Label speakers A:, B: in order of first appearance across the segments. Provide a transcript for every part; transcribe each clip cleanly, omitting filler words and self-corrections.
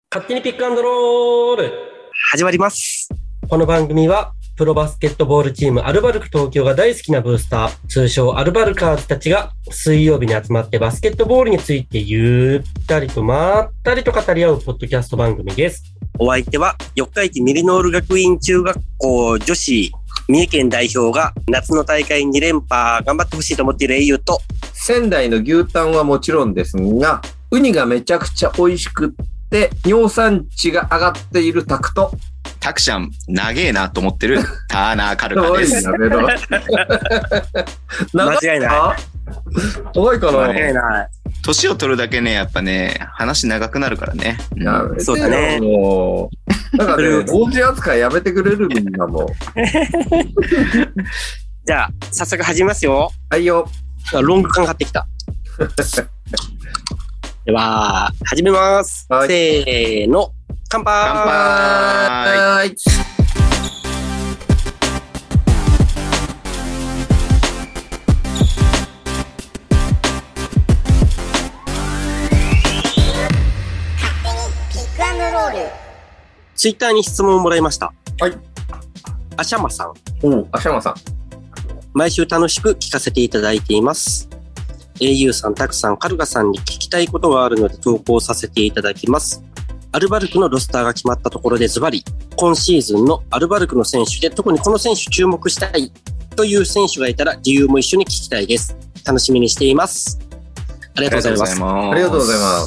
A: 勝手にピックアンドロール
B: 始まります。
A: この番組はプロバスケットボールチームアルバルク東京が大好きなブースター、通称アルバルカーズたちが水曜日に集まってバスケットボールについてゆったりとまったりと語り合うポッドキャスト番組です。
B: お相手は四日市ミリノール学院中学校女子三重県代表が夏の大会2連覇頑張ってほしいと思っている英雄と、
C: 仙台の牛タンはもちろんですが、ウニがめちゃくちゃ美味しくって尿酸値が上がっているタクト。
D: タクちゃん長えなと思ってるターナーカルカです。
C: やめろ。
B: 間違いない。
C: 長いかな。
B: 間違いない。
D: 年を取るだけね、やっぱね、話長くなるからね。
B: そうだね。
C: もうなんかね、王子扱いやめてくれるみんなも。
B: じゃあ、早速始めますよ。
C: はいよ。
B: ロング缶買ってきた。では、始めます。
C: はい、
B: せーの。乾杯。
D: 乾杯。
B: ツイッターに質問をもらいました。
C: はい。
B: あしゃまさん。
C: あしゃまさん。
B: 毎週楽しく聞かせていただいています。au さん、たくさん、カルガさんに聞きたいことがあるので投稿させていただきます。アルバルクのロスターが決まったところでズバリ、今シーズンのアルバルクの選手で特にこの選手注目したいという選手がいたら理由も一緒に聞きたいです。楽しみにしています。ありがとうございます。
C: ありがとうございます。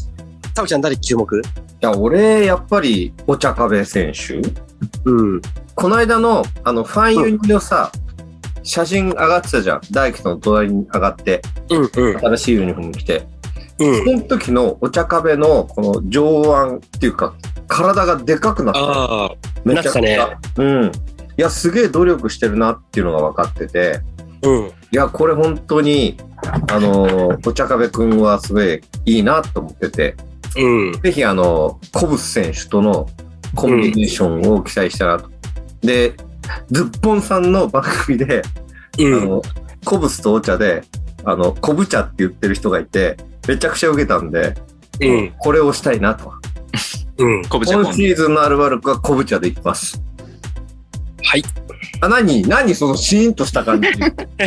B: タクちゃん誰注目？
C: いや、俺、やっぱり、お茶壁選手。この間の、ファンユニのさ、写真上がってたじゃん。大輝との隣に上がって、新しいユニフォーム着て。その時のお茶壁の、この上腕っていうか、体がでかくなった。めちゃくちゃ。いや、すげえ努力してるなっていうのが分かってて。いや、これ本当に、お茶壁くんはすごいいいなと思ってて。ぜひコブス選手とのコンビネーションを期待したなと。で、ズッポンさんの番組で、コブスとお茶で、コブ茶って言ってる人がいて、めちゃくちゃ受けたんで、これをしたいなと。
D: コブ茶
C: 今シーズンのアルバルクはコブ茶でいきます。
B: はい。
C: 何そのシーンとした感じ。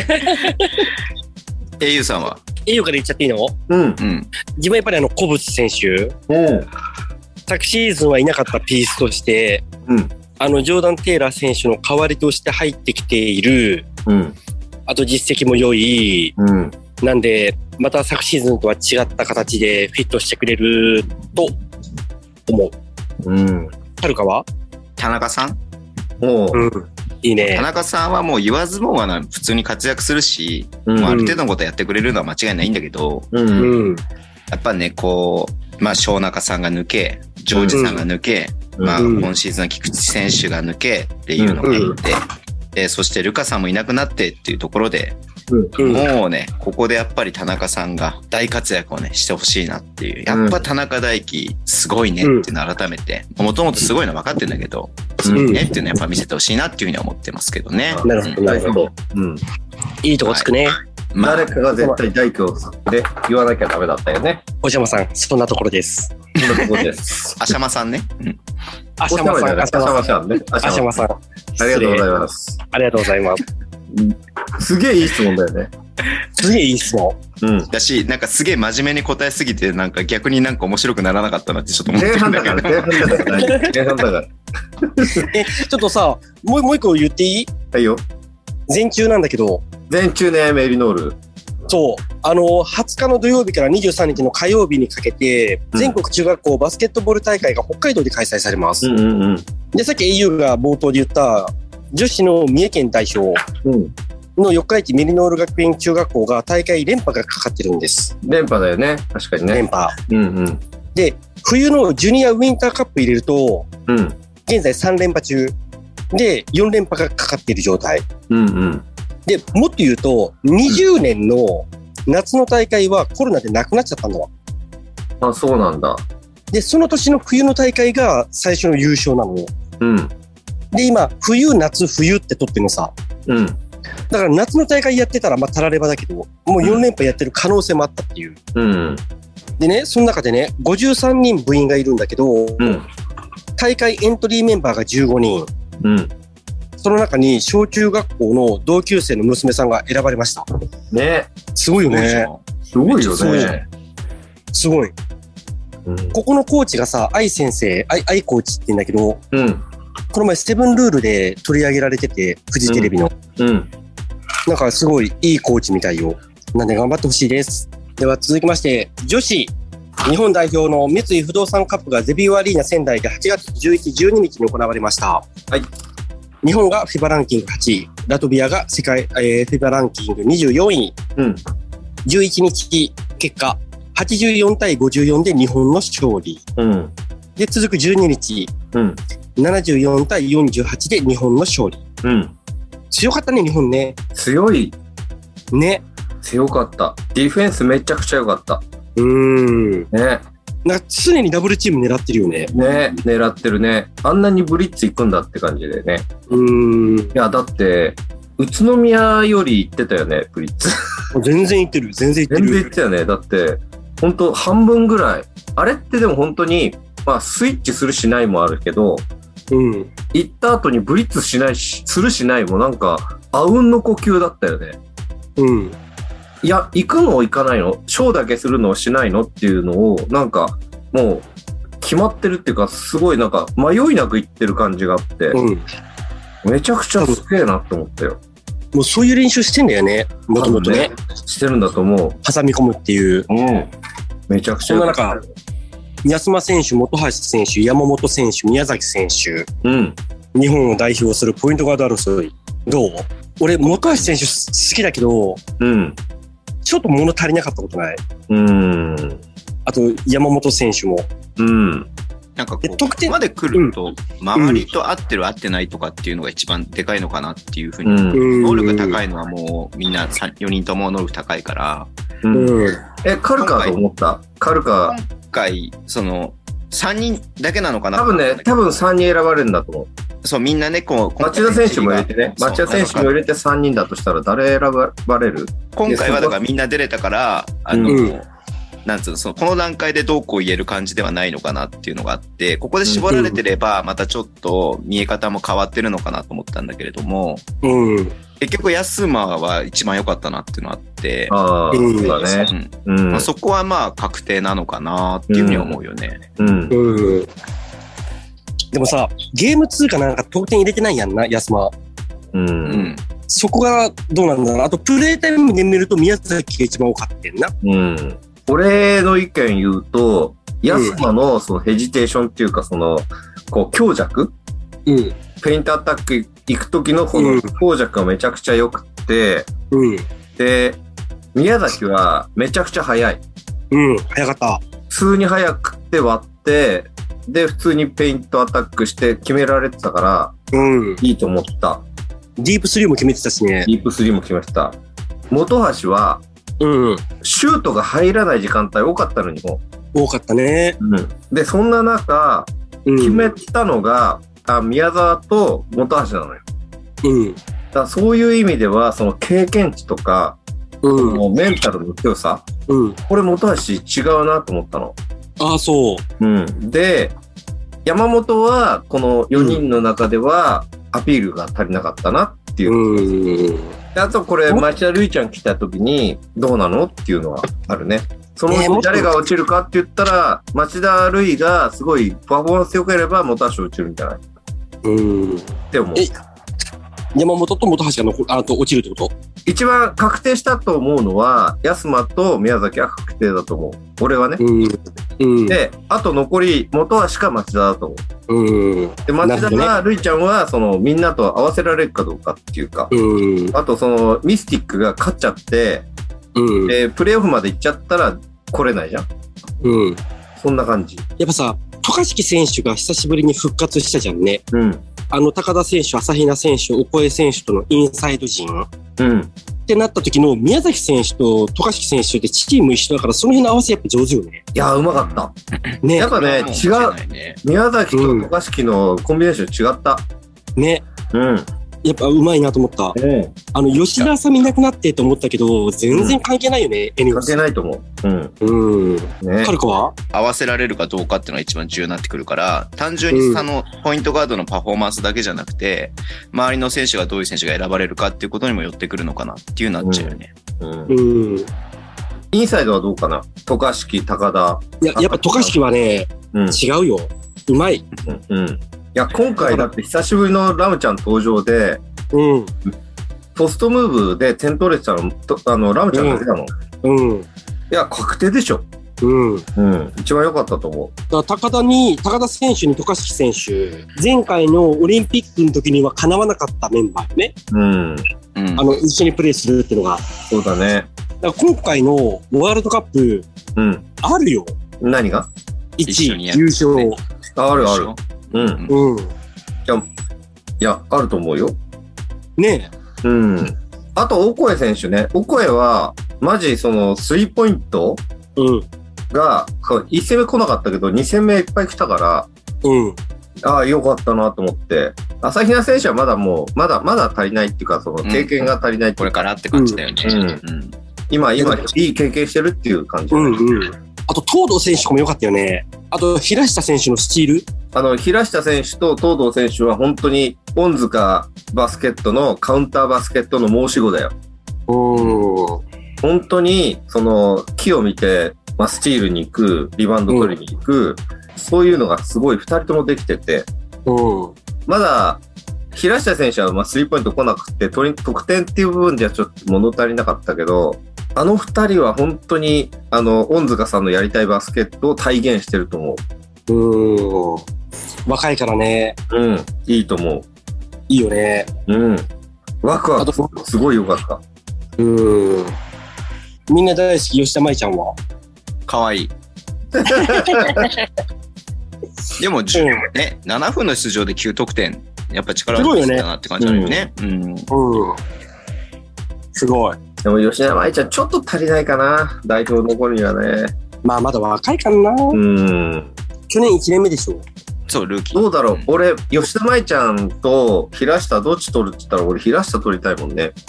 D: au さんは
B: 栄養から言っちゃっていいの？自分はやっぱりコブス選手、昨シーズンはいなかったピースとして、ジョーダン・テイラー選手の代わりとして入ってきている、あと実績も良い、なんでまた昨シーズンとは違った形でフィットしてくれると思う。はるかは？
D: 田中さん？
B: いいね。
D: 田中さんはもう言わずもがな普通に活躍するし、もうある程度のことやってくれるのは間違いないんだけど、やっぱね、こう、小中さんが抜け、ジョージさんが抜け、今シーズンの菊池選手が抜けっていうのがあって、で、そしてルカさんもいなくなってっていうところで、もうね、ここでやっぱり田中さんが大活躍をね、してほしいなっていう。やっぱ田中大輝すごいねっていうのを改めて、もともとすごいの分かってるんだけど、すごいねっていうのをやっぱ見せてほしいなっていうふうには思ってますけどね。
B: なるほど、なるほど。いいとこつくね。
C: 誰かが絶対大輝で言わなきゃダメだったよね。
B: おしゃまさん、そんなところです。
C: そんなところです。
D: あしゃまさんね。
B: あしゃまさん、
C: あしゃまさんね。
B: あしゃまさん。
C: ありがとうございます。
B: ありがとうございます。
C: すげえいい質問だよね。
B: すげえいい質問。
D: だし、なんかすげえ真面目に答えすぎて、なんか逆になんか面白くならなかったなってちょっと思ってるんだけど。前
C: 半だから。
B: ちょっとさ、もう一個言っていい？
C: はいよ。
B: 前中なんだけど。
C: 前中ね、メリノール。
B: そう。20日の土曜日から23日の火曜日にかけて、全国中学校バスケットボール大会が北海道で開催されます。で、さっき au が冒頭で言った女子の三重県代表の四日市ミリノール学院中学校が大会連覇がかかってるんです。
C: 連覇だよね。確かにね。
B: 連覇。で、冬のジュニアウィンターカップ入れると、現在3連覇中で4連覇がかかっている状態。で、もっと言うと、20年の夏の大会はコロナでなくなっちゃったんだわ。
C: あ、そうなんだ。
B: で、その年の冬の大会が最初の優勝なのよ。で、今、冬、夏、冬って取ってるのさ。 だから夏の大会やってたら、まあ、たらればだけど、もう4連覇やってる可能性もあったっていう。うん。でね、その中でね、53人部員がいるんだけど、うん、大会エントリーメンバーが15人。うん。その中に小中学校の同級生の娘さんが選ばれました。
C: ね。
B: すごいよね。
C: すごいよね。
B: すごい。うん、ここのコーチがさ、愛先生、愛コーチって言うんだけど、うん、この前セブンルールで取り上げられてて、フジテレビの。うんうん、なんかすごいいいコーチみたいよ。なんで頑張ってほしいです。では続きまして、女子日本代表の三井不動産カップがゼビューアリーナ仙台で8月11、12日に行われました。はい。日本が FIBA ランキング8位、ラトビアが世界、FIBA ランキング24位。うん。11日結果、84対54で日本の勝利。うん。で、続く12日。うん。74対48で日本の勝利。うん。強かったね、日本ね。
C: 強い。
B: ね。
C: 強かった。ディフェンスめちゃくちゃ良かった。
B: ね。
C: なん
B: か常にダブルチーム狙ってるよね。
C: ね、狙ってるね。あんなにブリッツ行くんだって感じでね。いや、だって、宇都宮より行ってたよね、ブリッツ。
B: 全然行ってる、全然行ってる。
C: 全然行ってたよね。だって、本当半分ぐらい。あれってでも本当に、まあスイッチするしないもあるけど、うん。行った後にブリッツしないし、するしないもなんか、あうんの呼吸だったよね。うん。いや、行くの行かないのショーだけするのしないのっていうのを、なんか、もう、決まってるっていうか、すごいなんか、迷いなく行ってる感じがあって、うん、めちゃくちゃすげえなって思ったよ。
B: もうそういう練習してんだよね、もともとね。
C: してるんだと思う。
B: 挟み込むっていう。うん。
C: めちゃくちゃ。
B: そんな中、安間選手、本橋選手、山本選手、宮崎選手、うん。日本を代表するポイントガード争い。どう？俺、本橋選手好きだけど、うん。ちょっと物足りなかったことない。あと、山本選手も。うん。
D: なんかこう、得点まで来ると、周りと合ってる合ってないとかっていうのが一番でかいのかなっていうふうに。能力が高いのはもうみんな4人とも能力高いから。
C: カルカと思った？カルカ。
D: 今回、その、3人だけなのかな？
C: 多分3人選ばれるんだと思う。
D: そう、みんなね、こう、
C: 町田選手も入れてね。町田選手も入れて3人だとしたら誰選ばれる？
D: 今回はだからみんな出れたから、なんつうの、この段階でどうこう言える感じではないのかなっていうのがあって、ここで絞られてれば、またちょっと見え方も変わってるのかなと思ったんだけれども、結局、安間は一番良かったなっていうのがあって、
C: そうだね。
D: まあ、そこはまあ確定なのかなっていうふうに思うよね。
B: でもさ、ゲーム2かなんか得点入れてないやんな、安間。そこがどうなんだろう。あと、プレイタイムで見ると宮崎が一番多かったんな。
C: 俺の意見言うと、安間のそのヘジテーションっていうか、その、こう、強弱、ペイントアタック行く時のこの強弱がめちゃくちゃ良くって、で、宮崎はめちゃくちゃ速い。
B: 速かった。
C: 普通に速くて割って、で、普通にペイントアタックして決められてたから、いいと思った。
B: ディープ3も決めてたしね。
C: ディープ3も決めてた。本橋は、シュートが入らない時間帯多かったのにも。
B: 多かったね。
C: で、そんな中、決めたのが、宮沢と本橋なのよ。だからそういう意味では、その経験値とか、メンタルの強さ、これ本橋違うなと思ったの。
B: ああ、そう。
C: で、山本は、この4人の中では、アピールが足りなかったなっていう。であとこれ、町田瑠唯ちゃん来た時に、どうなのっていうのはあるね。その誰が落ちるかって言ったら、町田瑠唯がすごいパフォーマンス良ければ、本橋落ちるんじゃないって思う。
B: 山本と本橋が落ちるってこと？
C: 一番確定したと思うのは、安間と宮崎は確定だと思う。俺はね。で、あと残り、本橋か町田だと思う。で、町田が、瑠唯ちゃんは、その、みんなと合わせられるかどうかっていうか、あと、その、ミスティックが勝っちゃって、で、プレイオフまで行っちゃったら来れないじゃん。そんな感じ。
B: やっぱさ、渡嘉敷選手が久しぶりに復活したじゃんね。高田選手、朝比奈選手、オコエ選手とのインサイド陣。ってなった時の宮崎選手と渡嘉敷選手ってチーム一緒だから、その辺の合わせやっぱ上手よね。
C: いや、うまかった。ね。やっぱね、違う。宮崎と渡嘉敷のコンビネーション違った。
B: ね。 やっぱうまいなと思った。吉田さんいなくなってと思ったけど、全然関係ないよね、
C: 関係ないと思
B: う。カルコは
D: 合わせられるかどうかっていうのが一番重要になってくるから、単純にそのポイントガードのパフォーマンスだけじゃなくて、周りの選手がどういう選手が選ばれるかっていうことにもよってくるのかなっていうなっちゃうよね。
C: インサイドはどうかな？渡嘉敷、高田。
B: やっぱ渡嘉敷はね、違うよ。うまい。い
C: や、今回だって久しぶりのラムちゃん登場で、ポストムーブで点取れてたの、ラムちゃんだけだもん。いや、確定でしょ。一番良かったと思う。
B: だから高田選手に渡嘉敷選手、前回のオリンピックの時にはかなわなかったメンバーね。一緒にプレーするっていうのが。
C: そうだね。
B: だから今回のワールドカップ、あるよ。
C: 何が
B: ?1 位、優勝。
C: あるある。いや、あると思うよ。
B: ね
C: え。あと、オコエ選手ね。オコエは、マジ、スリーポイントが、1戦目来なかったけど、2戦目いっぱい来たから、ああ、よかったなと思って。朝比奈選手はまだ足りないっていうか、経験が足りない
D: これからって感じだよね。
C: 今、いい経験してるっていう感じ。
B: あと、東藤選手も良かったよね。あと、平下選手のスチール。
C: 平下選手と東藤選手は本当に、恩塚バスケットのカウンターバスケットの申し子だよ。本当に、木を見て、スチールに行く、リバウンド取りに行く、そういうのがすごい2人ともできてて、まだ、平下選手はスリーポイント来なくて、得点っていう部分ではちょっと物足りなかったけど、あの2人は本当に、恩塚さんのやりたいバスケットを体現してると思
B: う。若いからね。
C: いいと思う。
B: いいよね。
C: ワクワクすごい良かった。
B: みんな大好き、吉田舞ちゃんは。
D: かわいい。でも、7分の出場で9得点。やっぱ力が強いなって感じあるよね。
B: すごい。
C: でも吉田舞ちゃんちょっと足りないかな、代表残るにはね。
B: まだ若いからな。去年1年目でしょ。
D: そう、ルーキー。
C: どうだろう。俺、吉田舞ちゃんと平下どっち取るって言ったら俺平下取りたいもんね。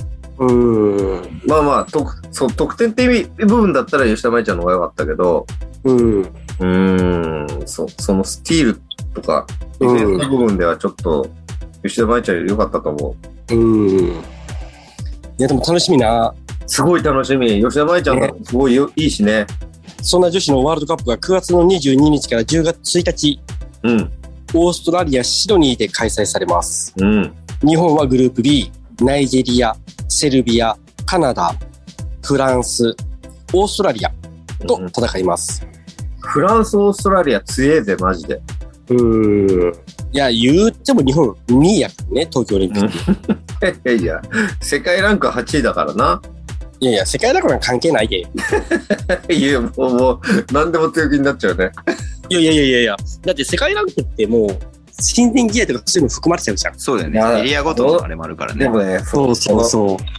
C: 得点って部分だったら吉田舞ちゃんの方が良かったけど、そのスティールとか、ディフェンスの部分ではちょっと吉田舞ちゃんより良かったと思う。
B: いや、でも楽しみな。
C: すごい楽しみ。吉田舞ちゃんがすごいいいしね。
B: そんな女子のワールドカップが9月の22日から10月1日、オーストラリア・シドニーで開催されます。日本はグループ B、ナイジェリア、セルビア、カナダ、フランス、オーストラリアと戦います。
C: フランス、オーストラリア強えぜ、マジで。
B: いや、言っても日本2位やからね、東京オリンピック。
C: いや、世界ランク8位だからな。
B: いや、世界ランクなんか関係ないで。
C: いや、もう、何でも強気になっちゃうね。
B: いや。だって世界ランクってもう、親善試合とかそういうの含まれちゃうじゃん。
D: そうだよね。エリアごとのあれもあるからね。
C: でもね、そう。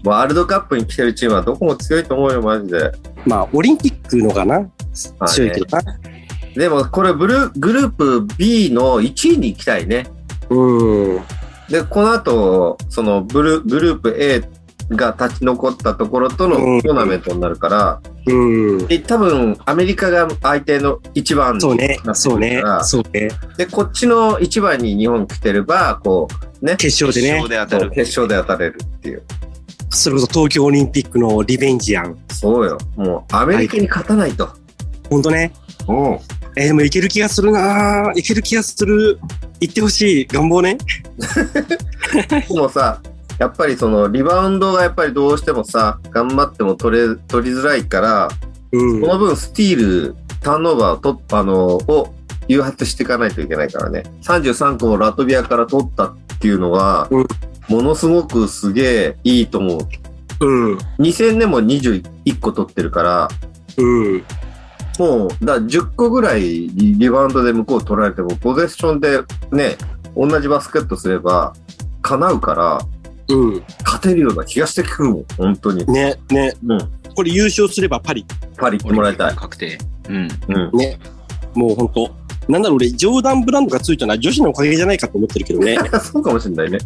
C: ワールドカップに来てるチームはどこも強いと思うよ、マジで。
B: オリンピックのかな、強いけどな。
C: でも、これグループ B の1位に行きたいね。で、この後、グループ A が立ち残ったところとのトーナメントになるから、多分、アメリカが相手の一番になってくるから、
B: そうね。
C: で、こっちの一番に日本来てれば、
B: 決勝でね。
C: 決勝で当たれるっていう。
B: それこそ東京オリンピックのリベンジやん。
C: そうよ。もう、アメリカに勝たないと。
B: ほんとね。でもいける気がするな。いける気がする。行ってほしい。願望ね。
C: でもさ、やっぱりリバウンドがやっぱりどうしてもさ、頑張っても取りづらいから、その分スティール、ターンオーバーを誘発していかないといけないからね。33個もラトビアから取ったっていうのは、ものすごくすげえいいと思う。2戦でも21個取ってるから、もう、10個ぐらいリバウンドで向こう取られても、ポゼッションでね、同じバスケットすれば、叶うから、勝てるような気がしてくるもん、本当に。
B: ね。これ優勝すればパリ
C: 行ってもらいたい。
D: 確定。
B: ね。もう本当。なんだろう、俺、ジョーダンブランドがついたのは女子のおかげじゃないかと思ってるけどね。
C: そうかもしれないね。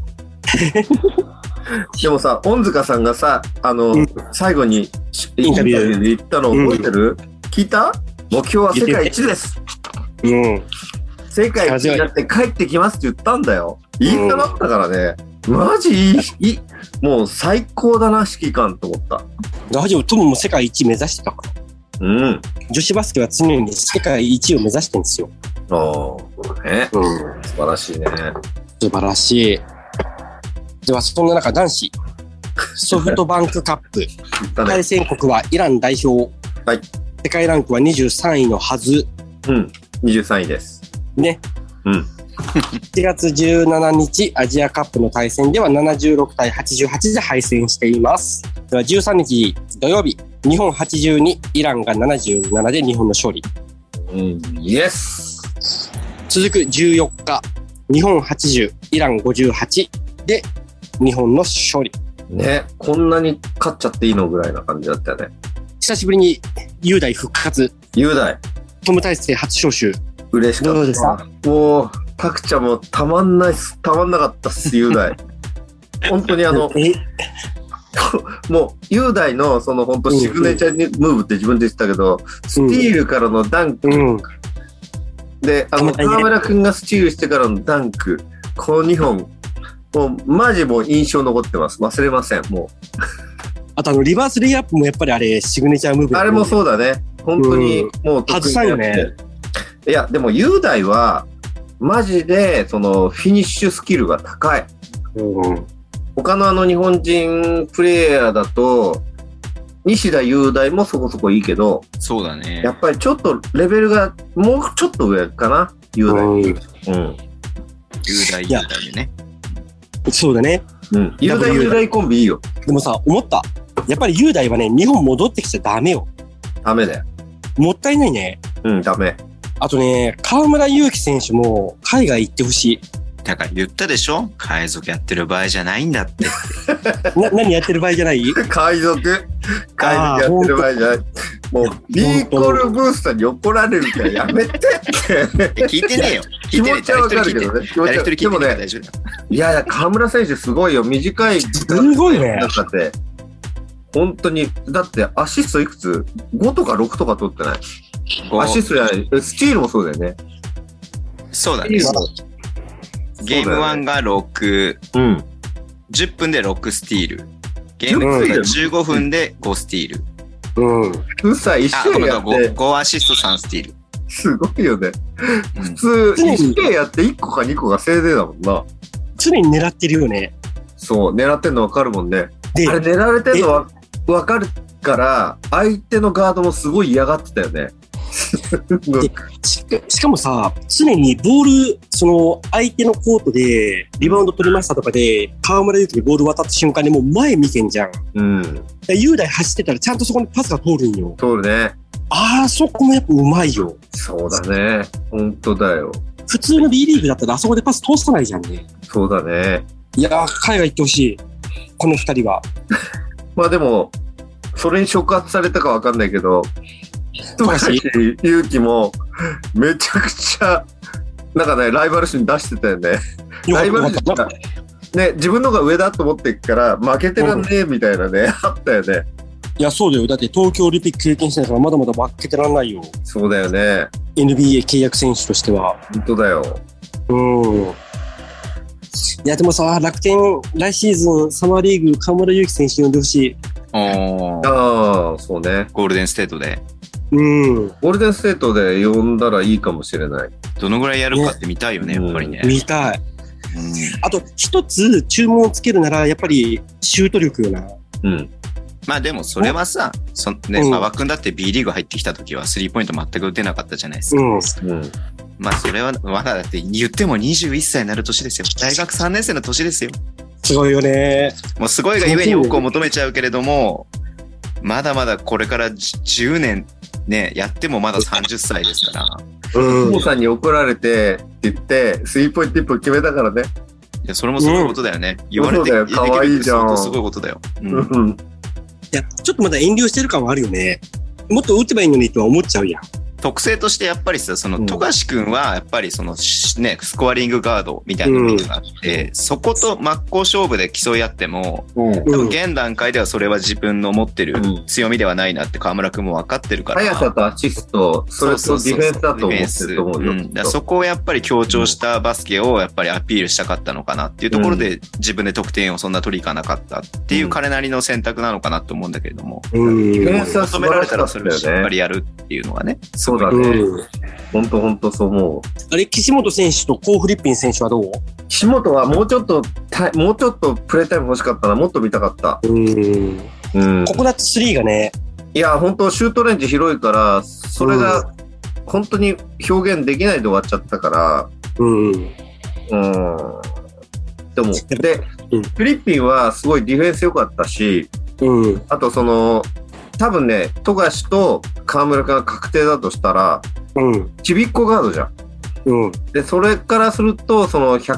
C: でもさ、恩塚さんがさ、最後にインタビューで言ったの覚えてる？聞いた？目標は世界一です。世界一になって帰ってきますって言ったんだよ。言いたかったからね。マジいい。もう最高だな、指揮官と思った。
B: 大丈夫、トムも世界一目指してたから。女子バスケは常に世界一を目指してるんですよ。
C: 素晴らしいね。
B: 素晴らしい。では、そんな中、男子、ソフトバンクカップ、対戦国はイラン代表。
C: はい。
B: 世界ランクは23位のはず。
C: 23位です。
B: ね。7月17日、アジアカップの対戦では76対88で敗戦しています。では、13日土曜日、日本82、イランが77で日本の勝利。
C: イエス。
B: 続く14日、日本80、イラン58で日本の勝利。
C: ね、こんなに勝っちゃっていいのぐらいな感じだったよね。
B: 久しぶりに雄大復活。
C: 雄大。
B: トム大勢初招集。
C: 嬉しかった。どうですか？もう、タクちゃんもたまんないっす。たまんなかったっす、雄大。本当にもう、雄大のその本当シグネチャームーブって自分で言ってたけど、スティールからのダンク。で、河村くんがスチールしてからのダンク。この2本。もう、マジもう印象残ってます。忘れません、もう。
B: あとリバースレイアップもやっぱりあれ、シグネチャームーブ、
C: あれもそうだね。本当にもう
B: 外さんよね。
C: いや、でも雄大は、マジで、その、フィニッシュスキルが高い。他の日本人プレイヤーだと、西田雄大もそこそこいいけど、
D: そうだね。
C: やっぱりちょっとレベルがもうちょっと上かな、雄大。雄
D: 大でね。
B: そうだね。
C: 雄大コンビいいよ。
B: でもさ、思った。やっぱり雄大はね、日本戻ってきちゃダメよ。
C: ダメだよ。
B: もったいないね。
C: ダメ。
B: あとね、河村勇輝選手も海外行ってほしい。
D: だから言ったでしょ？海賊やってる場合じゃないんだって。
B: 何やってる場合じゃない？
C: 海賊やってる場合じゃない。もう、ビーコルブースターに怒られるからやめてって。
D: 聞いてねえよ。
C: 気持ちはわかるけどね。
D: 誰一人聞いてねえ大丈夫だ。
C: いや、河村選手すごいよ。短い。
B: すごいね。
C: だって、本当に、だってアシストいくつ ?5 とか6とか取ってない。アシストじゃない。スチールもそうだよね。
D: そうだね。ゲーム1が6、10分で6スティール。ゲーム2が15分で5スティール。普通さ、1試合やって 5アシスト3スティール。
C: すごいよね。普通、1試合やって1個か2個がせいぜいだもんな。
B: 常に狙ってるよね。
C: そう、狙ってんの分かるもんね。あれ狙われてんのは分かるから、相手のガードもすごい嫌がってたよね。
B: しかもさ、常にボール、その相手のコートでリバウンド取りましたとかで、河村勇輝にボール渡った瞬間にもう前見てんじゃん。雄大走ってたらちゃんとそこにパスが通るんよ。
C: 通るね。
B: そこもやっぱうまいよ。
C: そうだね。本当だよ。
B: 普通の B リーグだったらあそこでパス通さないじゃんね。
C: そうだね。
B: いやー、海外行ってほしい。この二人は。
C: まあでも、それに触発されたかわかんないけど、富樫勇樹もめちゃくちゃなんかねライバル視に出してたよね。ライバル視がね自分のが上だと思ってっから負けてらんねえみたいなね、あったよね。
B: いやそうだよ。だって東京オリンピック経験してないからまだまだ負けてらんないよ。
C: そうだよね。
B: NBA 契約選手としては
C: 本当だよ。
B: いやでもさ、楽天来シーズンサマーリーグ河村勇輝選手呼んでほしい。
C: そうね。
D: ゴールデンステートで。
C: ゴールデンステートで呼んだらいいかもしれない。
D: どのぐらいやるかって見たいよね、やっぱりね。
B: 見たい。あと一つ注文をつけるならやっぱりシュート力よな。
D: まあでもそれはさ、馬場君だって B リーグ入ってきた時はスリーポイント全く打てなかったじゃないですか。まあそれはまだだって言っても21歳になる年ですよ。大学3年生の年ですよ。
B: すごいよね。
D: もうすごいがゆえに多くを求めちゃうけれども、まだまだこれから10年ね、やってもまだ30歳ですから。
C: 王さんに怒られてって言って、スリーポイント1本決めたからね。
D: いや、それもすごいことだよね。言われて
C: かわいいじゃん。
D: すごいことだよ。
B: いや、ちょっとまだ遠慮してる感はあるよね。もっと打てばいいのにとは思っちゃうやん。
D: 特性としてやっぱりさ、その、富樫君はやっぱりその、ね、スコアリングガードみたいなのがあって、そこと真っ向勝負で競い合っても、多分現段階ではそれは自分の持ってる強みではないなって河村君も分かってるから。
C: 速さとアシスト、それとディフェンスだと思ってると思うよ。
D: そこをやっぱり強調したバスケをやっぱりアピールしたかったのかなっていうところで、自分で得点をそんな取りいかなかったっていう彼なりの選択なのかなと思うんだけれども。
C: ディフェンスは
D: 求められたらそれをしっかりやるっていうのはね。
C: そうだね。本当そう思う。
B: あれ、岸本選手とコー・フリッピン選手はどう？
C: 岸本はもうちょっとプレータイム欲しかったな。もっと見たかった。
B: ここだって3がね。
C: いや、本当シュートレンジ広いから、それが本当に表現できないで終わっちゃったから。でも、フリッピンはすごいディフェンス良かったし、あと多分ね、富樫と河村君が確定だとしたら、ちびっこガードじゃん。で、それからすると、その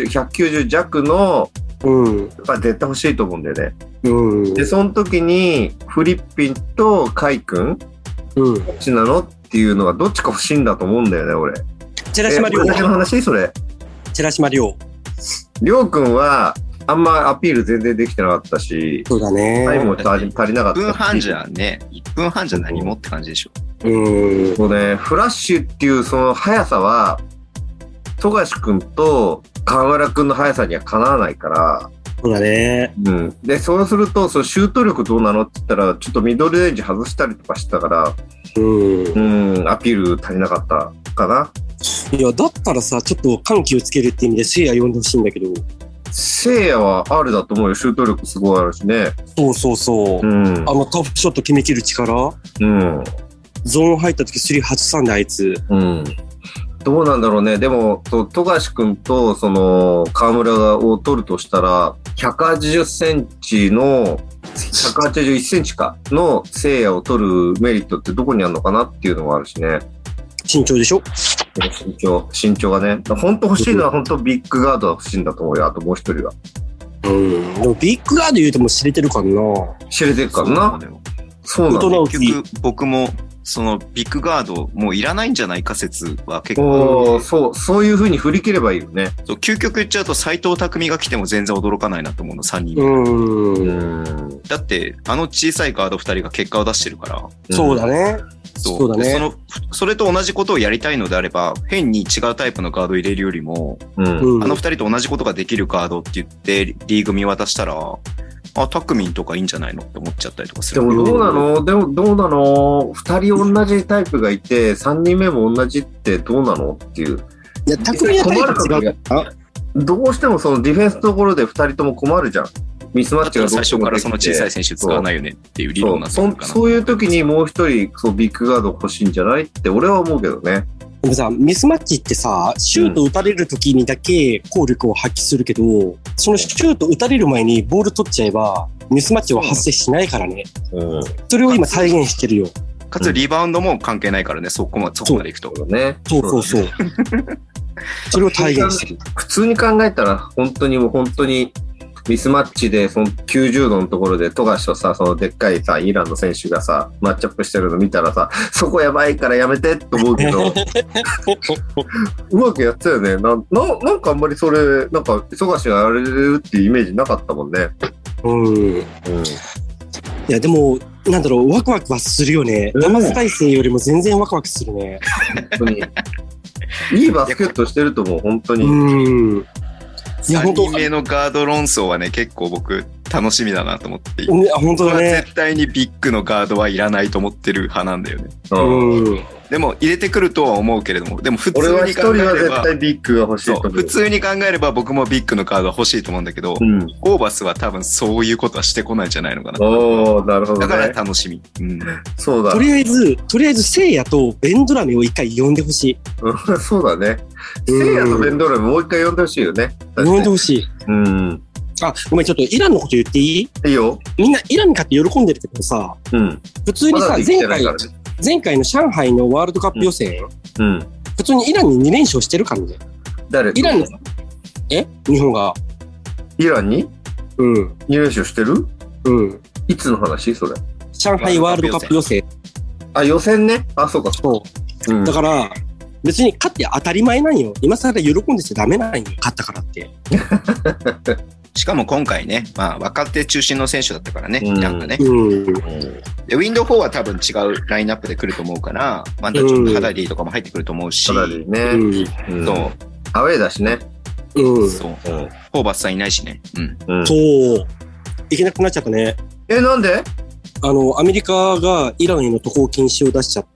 C: 190弱の、やっぱり絶対欲しいと思うんだよね。で、その時に、フリッピンとカイ君、どっちなのっていうのが、どっちか欲しいんだと思うんだよね、俺。
B: 寺島亮。
C: これだけの話それ。
B: 寺島亮。
C: 亮君は、あんまアピール全然できてなかったし、
B: そうだね。
C: タイムも足りなかった。
D: 1分半じゃね、1分半じゃ何もって感じでしょ。
C: そうね、フラッシュっていうその速さは、富樫君と河村君の速さにはかなわないから。
B: そうだね。
C: で、そうすると、そのシュート力どうなのって言ったら、ちょっとミドルレンジ外したりとかしたから、アピール足りなかったかな。
B: いや、だったらさ、ちょっと緩急つけるって意味でせいや呼んでほしいんだけど。
C: せいやはあるだと思うよ。シュート力すごいあるしね。
B: そう。タフショット決めきる力。ゾーン入った時3、8、3であいつ。
C: どうなんだろうね。でも、富樫君と、河村を取るとしたら、180センチの、181センチか、のせいやを取るメリットってどこにあるのかなっていうのもあるしね。
B: 身長でしょ？
C: 身長がね。本当欲しいのは本当ビッグガードが欲しいんだと思うよ。あともう一人は。
B: でもビッグガード言うても知れてるからな。
C: 知れてるからな。そうなんだ。
D: 結局僕もそのビッグガードもういらないんじゃないか説は結構。
C: そういう風に振り切ればいいよね。
D: そう、究極言っちゃうと斎藤匠が来ても全然驚かないなと思うの、3人。だって、小さいガード2人が結果を出してるから。
B: そうだね。そうだね。
D: それと同じことをやりたいのであれば、変に違うタイプのガードを入れるよりも、2人と同じことができるガードって言ってリーグ見渡したら、タクミンとかいいんじゃないのって思っちゃったりとかする。
C: でもどうなの ?2 人同じタイプがいて、3人目も同じってどうなのっていう。
B: いや、タクミンはタイプ違う。
C: どうしてもそのディフェンスのところで2人とも困るじゃん。ミスマッチが
D: 最初からその小さい選手使わないよねっていう理論なんですか。
C: そういう時にもう一人ビッグガード欲しいんじゃないって俺は思うけどね。
B: でもさ、ミスマッチってさ、シュート打たれる時にだけ効力を発揮するけど、そのシュート打たれる前にボール取っちゃえば、ミスマッチは発生しないからね。それを今再現してるよ。
D: かつリバウンドも関係ないからね、そこまでいくと。
B: そう。それを体現してる。
C: 普通に考えたら、本当に、ミスマッチで、その90度のところで、富樫とさ、そのでっかいさ、イランの選手がさ、マッチアップしてるの見たらさ、そこやばいからやめてって思うけど、うまくやってたよね。なんかあんまりそれ、なんか、富樫がやれるっていうイメージなかったもんね。
B: いや、でも、なんだろう、ワクワクはするよね。生再生よりも全然ワクワクするね。
C: 本当に。いいバスケットしてると思う、本当に。
D: 3人目のガード論争はね、結構僕楽しみだなと思っていて。
B: 本当だね。
D: 絶対にビッグのガードはいらないと思ってる派なんだよね。でも入れてくるとは思うけれども、でも普通に考えれば。俺は一人は絶対ビッグが欲しいと思う。普通に考えれば僕もビッグのカードは欲しいと思うんだけど、ホーバスは多分そういうことはしてこないんじゃないのかな。
C: なるほど、ね。
D: だから楽しみ。
C: そうだ。
B: とりあえず、せいやとベンドラメを一回呼んでほしい。
C: そうだね。せいやとベンドラメもう一回呼んでほしいよね。
B: 呼んでほしい。ごめん、ちょっとイランのこと言っていい？
C: いいよ。
B: みんなイランに勝って喜んでるけどさ、普通にさ、前回の上海のワールドカップ予選、普通にイランに2連勝してるからね。
C: 誰？
B: イランの、日本が。
C: イランに2連勝してる？いつの話それ？
B: 上海ワールドカップ予選。
C: 予選ね。そうか。
B: そう。 だから、別に勝って当たり前なんよ。今更喜んでちゃダメなんよ。勝ったからって。
D: しかも今回ね、まあ若手中心の選手だったからね、イランがね。で、ウィンド4は多分違うラインナップで来ると思うから、またちょっとハダリーとかも入ってくると思うし。
C: ハダリーね。そう。アウェーだしね。
D: そう。ホーバスさんいないしね。
B: そう。いけなくなっちゃったね。
C: なんで？
B: アメリカがイランへの渡航禁止を出しちゃって、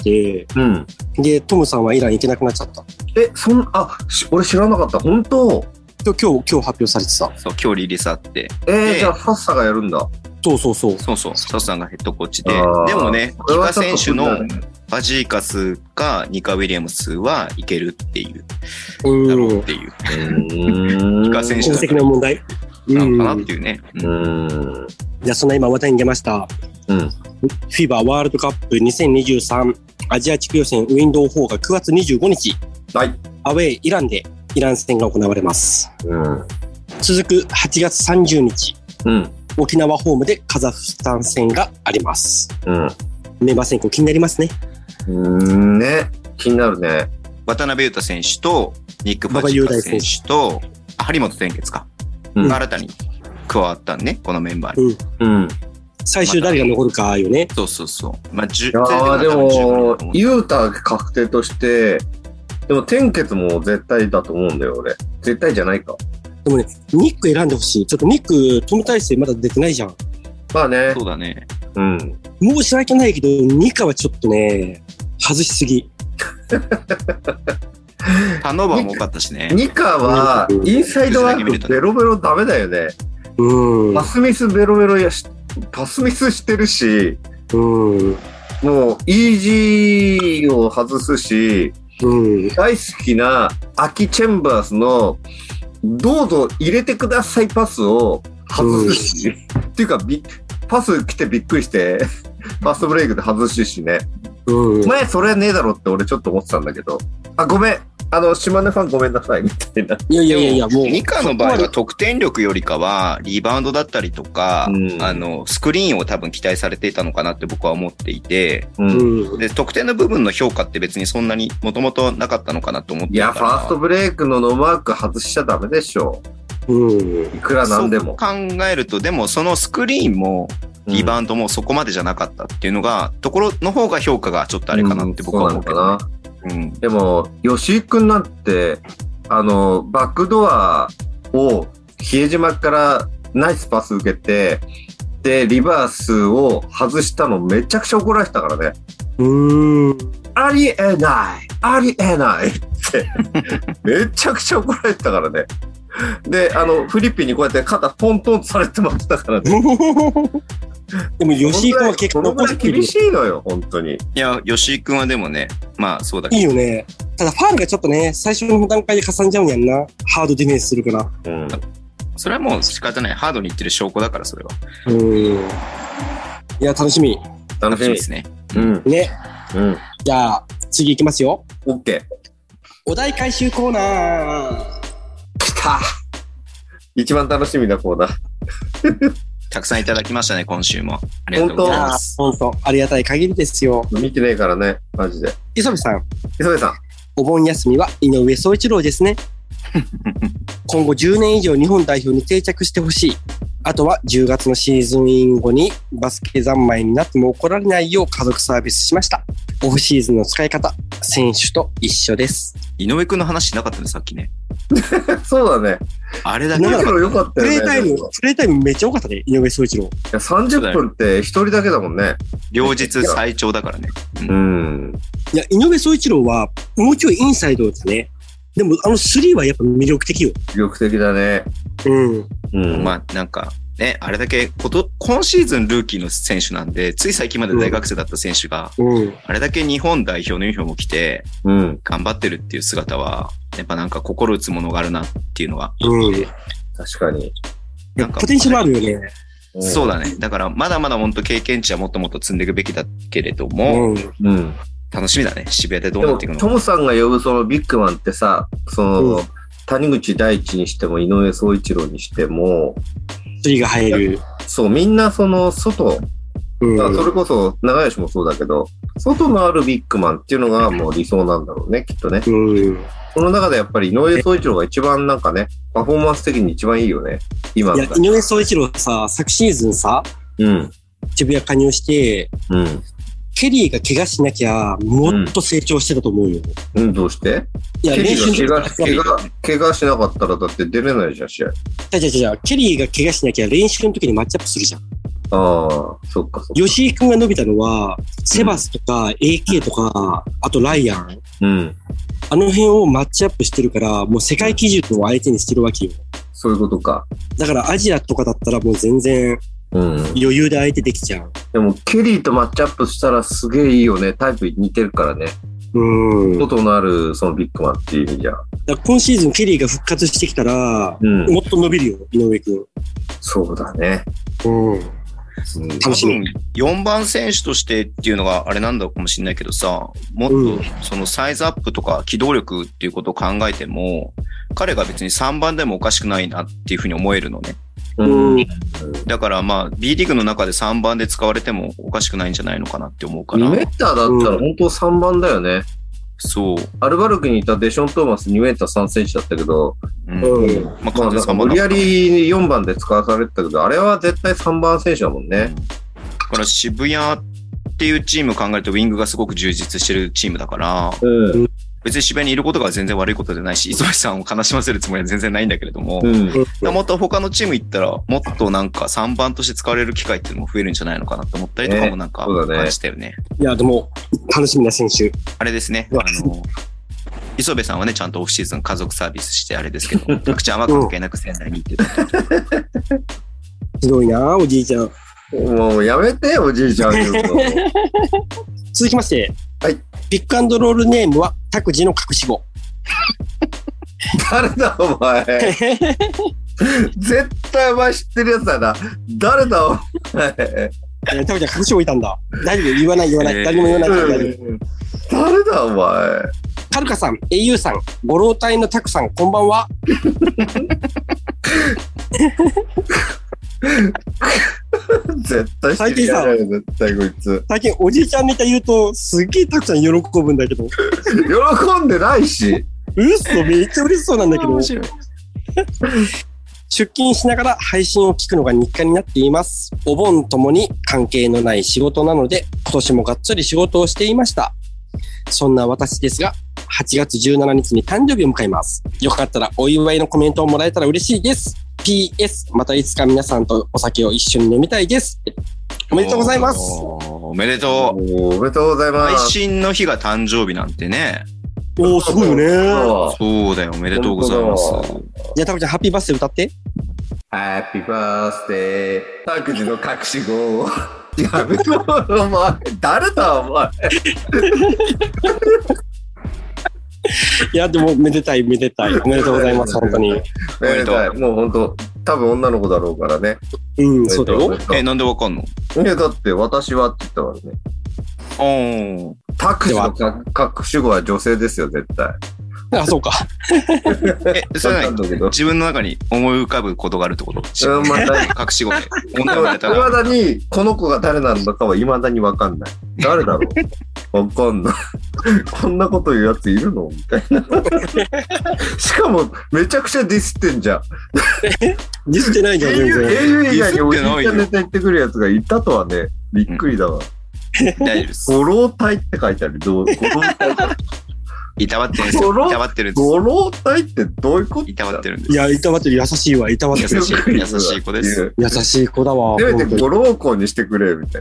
B: で、トムさんはイラン行けなくなっちゃった。
C: 俺知らなかった。本当？
B: 今日発表されてた。
D: そう、今日リリースあって。
C: じゃあ、サッサがやるんだ。
B: そう。
D: サッサがヘッドコーチで。でもね、キカ選手のファジーカスかニカ・ウィリアムスはいけるっていう。だろうっていう。キカ選手
B: 功績の問題
D: なのかなっていうね。
B: じゃあ、そんな今話題に出ました。FIBA ワールドカップ2023アジア地区予選ウィンドウ4が9月25日。
C: はい。
B: アウェーイランでイラン戦が行われます。続く8月30日。沖縄ホームでカザフスタン戦があります。メンバー選考気になりますね。
C: ね。気になるね。
D: 渡辺裕太選手とニック・ファジカ選手と張本天傑か。新たに加わったね、このメンバーに。
B: 最終誰が残るかよね。
D: そう。ま
C: あ、でも、裕太確定として、でも天傑も絶対だと思うんだよ、俺。絶対じゃないか。
B: でもね、ニック選んでほしい。ちょっとニック、トム体制まだ出てないじゃん。
C: まあね。
D: そうだね。
B: 申し訳ないけど、ニカはちょっとね、外しすぎ。
D: ターンオーバーも多かったしね。
C: ニカは、インサイドワークベロベロダメだよね。パスミスベロベロパスミスしてるし、もう、イージーを外すし、大好きなアキ・チェンバースの、どうぞ入れてくださいパスを外すし、っていうか、パス来てびっくりして、ファーストブレイクで外すしね。前それねえだろって俺ちょっと思ってたんだけど、ごめん。島根ファンごめんなさいみたいな。
B: いや、もう。
D: ニカの場合は得点力よりかは、リバウンドだったりとか、スクリーンを多分期待されていたのかなって僕は思っていて、で、得点の部分の評価って別にそんなにもともとなかったのかなと思ってたから。
C: いや、ファーストブレイクのノーマーク外しちゃダメでしょ。いくらなんでも。
D: そう考えると、でもそのスクリーンも、リバウンドもそこまでじゃなかったっていうのが、ところの方が評価がちょっとあれかなって僕は思うけど、ね。
C: でも、吉井くんなんて、バックドアを比江島からナイスパス受けて、で、リバースを外したのめちゃくちゃ怒られてたからね。ありえないってめちゃくちゃ怒られてたからね。で、フリッピンにこうやって肩トントンされてましたからね。
B: でも吉井君は結構
C: 残して厳しいのよ、本当に。
D: いや、吉井君はでもね、まあそうだけど。
B: いいよね。ただファールがちょっとね、最初の段階でかさんじゃうんやんな。ハードディフェンスするから。
D: それはもう仕方ない。ハードにいってる証拠だから、それは。
B: いや、楽しみ。
D: 楽しみですね。
B: ね。じゃあ、次行きますよ。
C: OK。
B: お題回収コーナー。
C: 来た。一番楽しみなコーナー。
D: たくさんいただきましたね、今週も。ありがとうございます。
B: 本当、ありがたい限りですよ。
C: 見てねえからね、マジで。
B: 磯部さん。
C: お
B: 盆休みは井上宗一郎ですね。今後10年以上日本代表に定着してほしい。あとは10月のシーズンイン後にバスケ三昧になっても怒られないよう家族サービスしました。オフシーズンの使い方、選手と一緒です。
D: 井上くんの話しなかったね、さっきね。
C: そうだね。
D: あれだけ
C: 良かったよね。
B: プレイタイムめっちゃ多かったね、井上宗一郎。い
C: や、30分って一人だけだもんね。
D: 両日最長だからね。
B: いや、井上宗一郎はもうちょいインサイドですね。でも、スリーはやっぱ魅力的よ。
C: 魅力的だね。
D: まあ、なんか、ね、あれだけ、今シーズンルーキーの選手なんで、つい最近まで大学生だった選手が、あれだけ日本代表のユニフォームを着て、頑張ってるっていう姿は、やっぱなんか心打つものがあるなっていうのがあって、
C: 確かに。
B: なんかポテンシャルあるよね。
D: そうだね。だから、まだまだ本当経験値はもっともっと積んでいくべきだけれども、楽しみだね。渋谷でどうなっていくのか。
C: トムさんが呼ぶそのビッグマンってさ、谷口大地にしても井上宗一郎にしても、
B: スリーが入る。
C: そう、みんなその外、それこそ長吉もそうだけど、 外のあるビッグマンっていうのがもう理想なんだろうね、きっとね。その中でやっぱり井上宗一郎が一番なんかね、パフォーマンス的に一番いいよね。今。
B: いや、井上宗一郎さ、昨シーズンさ、渋谷加入して、ケリーが怪我しなきゃ、もっと成長してたと思うよ。
C: どうして？いや、練習怪我しなかったらだって出れないじゃん、試合。
B: じゃケリーが怪我しなきゃ練習の時にマッチアップするじゃん。
C: ああ、そっか。
B: 吉井くんが伸びたのは、セバスとか AK とか、あとライアン。あの辺をマッチアップしてるから、もう世界基準を相手にしてるわけよ。
C: そういうことか。
B: だからアジアとかだったらもう全然、余裕で相手できちゃう。
C: でも、ケリーとマッチアップしたらすげえいいよね。タイプ似てるからね。外のあるそのビッグマンっていう意味じゃ。
B: 今シーズンケリーが復活してきたら、もっと伸びるよ、井上くん。
C: そうだね。
B: 楽しみ。
D: 4番選手としてっていうのがあれなんだかもしれないけどさ、もっとそのサイズアップとか機動力っていうことを考えても、彼が別に3番でもおかしくないなっていうふうに思えるのね。だからまあ B リーグの中で3番で使われてもおかしくないんじゃないのかなって思うから。
C: 2メーターだったら本当3番だよね。
D: そう。
C: アルバルクにいたデション・トーマス2メーター3センチだったけど、
D: まあ
C: なんか無理やり4番で使わされてたけど、あれは絶対3番選手だもんね。
D: だから渋谷っていうチームを考えるとウィングがすごく充実してるチームだから、別に渋谷にいることが全然悪いことじゃないし、磯部さんを悲しませるつもりは全然ないんだけれども、もっと他のチーム行ったら、もっとなんか3番として使われる機会っていうのも増えるんじゃないのかなと思ったりとかもなんか感じたよね。
B: いや、でも、楽しみな選手。
D: あれですね、磯部さんはね、ちゃんとオフシーズン家族サービスしてあれですけど、たくちゃんは関係なく仙台に行ってた。
B: ひどいなおじいちゃん。
C: もうやめて、おじいちゃん。
B: 続きまして、ピックアンドロールネームは拓司の隠し子。
C: 誰だお前。絶対お前知ってるやつだな。誰だお前。
B: 拓司は隠し子いたんだ。大丈夫、言わない。誰も言わない。
C: 誰だお前。
B: カルカさん、au さん、ご老体のタクさん、こんばんは。
C: 絶対知ってるよ、絶対こいつ。
B: 最近おじいちゃんネタ言うとすっげえたくさん喜ぶんだけど。
C: 喜んでないし。
B: 嘘、めっちゃ嬉しそうなんだけど。出勤しながら配信を聞くのが日課になっています。お盆ともに関係のない仕事なので、今年もがっつり仕事をしていました。そんな私ですが、8月17日に誕生日を迎えます。よかったらお祝いのコメントをもらえたら嬉しいです。PS、またいつか皆さんとお酒を一緒に飲みたいです。おめでとうございます。
D: おめでと
C: う。おめでとうございます。
D: 配信の日が誕生日なんてね。
B: おー、すごいよね。
D: そうだよ、おめでとうございます。
B: じゃあ、たぶちゃん、ハッピーバースデー歌って。
C: ハッピーバースデー、拓司の隠し子。やめろ、お前。誰だ、お前。
B: いや、でも、めでたい。おめでとうございます、本当に。
C: めでたい。もう本当、多分女の子だろうからね。
B: そうだよ。
D: なんでわかんの？
C: いや、だって、私はって言ったからね。拓司の隠し子は女性ですよ、絶対。
B: あ、そうか。
D: それは自分の中に思い浮かぶことがあるってこと？隠し子で。
C: いまだに、この子が誰なのかはいまだにわかんない。誰だろう？わかんない。こんなこと言うやついるのみたいな。しかも、めちゃくちゃディスってんじゃん。
B: ディスってないじゃん、全然。
C: au 以外におじいちゃんネタ言ってくるやつがいたとはね、びっくりだわ。
D: 大丈夫です。
C: ご老体って書いてある。
D: いたわってるんですよ。いたわってるんです。
C: ご老体ってどういうこと？
D: いたわってるんです。
B: いや、いたわってる。優しいわ。いたわってる。
D: 優しい子です。
B: 優しい子だわ。
C: せめてご老公にしてくれ、みたい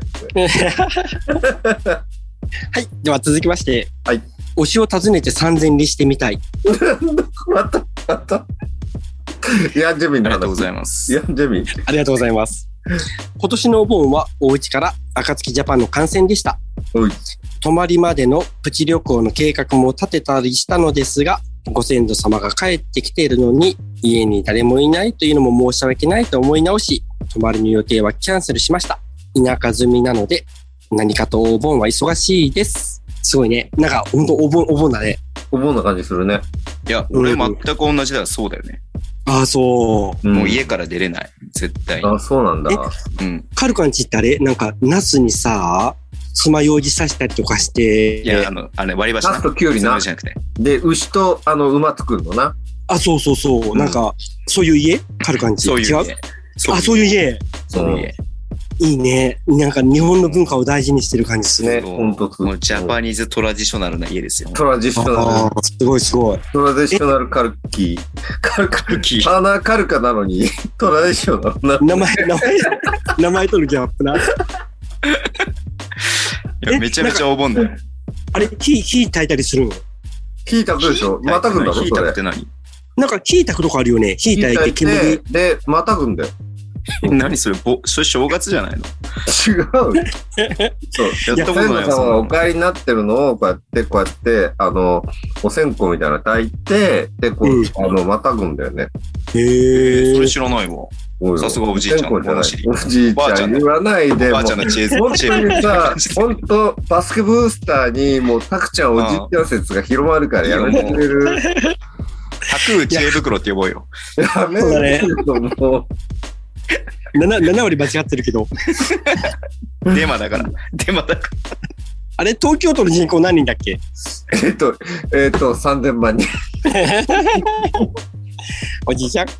B: な。はい。では続きまして。
C: はい。
B: 推しを訪ねて3000里してみたい。
C: また。ヤンジェミンの話。
D: ありがとうございます。
C: ヤンジェミン。
B: ありがとうございます。今年のお盆はお家から暁ジャパンの観戦でした。泊まりまでのプチ旅行の計画も立てたりしたのですが、ご先祖様が帰ってきているのに家に誰もいないというのも申し訳ないと思い直し、泊まりの予定はキャンセルしました。田舎住みなので何かとお盆は忙しいです。すごいね。なんか本当お盆だね。
C: お盆な感じするね。
D: いや、俺全く同じだ。そうだよね。
B: ああ、そう。
D: もう家から出れない。絶対に。
C: あ、そうなんだ。
B: カルカンチってあれなんか、ナスにさ、 爪楊枝刺したりとかして。
D: いや、割り箸な。
C: ナスとキュウリな。
D: じゃなくて。
C: で、牛と、馬作るのな。
B: あ、そうそうそう。なんか、そういう家カルカンチ。
D: そういう家。
B: あ、そういう家。
D: そういう家。
B: いいね。なんか日本の文化を大事にしてる感じする
C: ね。本当
D: もうジャパニーズトラディショナルな家ですよ。
C: トラディショナル。
B: すごいすごい。
C: トラディショナルカルキー。カルキー。鼻カルカなのに、トラディショナルな。
B: 名前とのギャップな。
D: いや、めちゃめちゃお盆だよ。
B: あれ、火焚いたりするの？
C: 火焚くでしょ？またぐんだろ？
D: 火焚くって何？
B: なんか火焚くとこあるよね。火焚いて煙。
C: で、またぐんだよ。
D: 何それ正月じゃないの？
C: 違う。そう。やったことないよ。さんはお帰りになってるのをこうやって、お線香みたいなの炊いて、で、またぐんだよね。
B: へえ。
D: それ知らないわ。さすがおじいちゃん。
C: おじいちゃん言わないで。
D: おばあちゃんの知恵。
C: 本当にさ、本当バスケブースターにもうタクちゃんおじいちゃん説が広まるからやめてくれる。
D: タク知恵袋って呼ぼうよ。
C: やめてよ、もう。
B: 7割間違ってるけど。
D: デマだから。
B: あれ、東京都の人口何人だっけ
C: ？3000万人。
B: おじいちゃん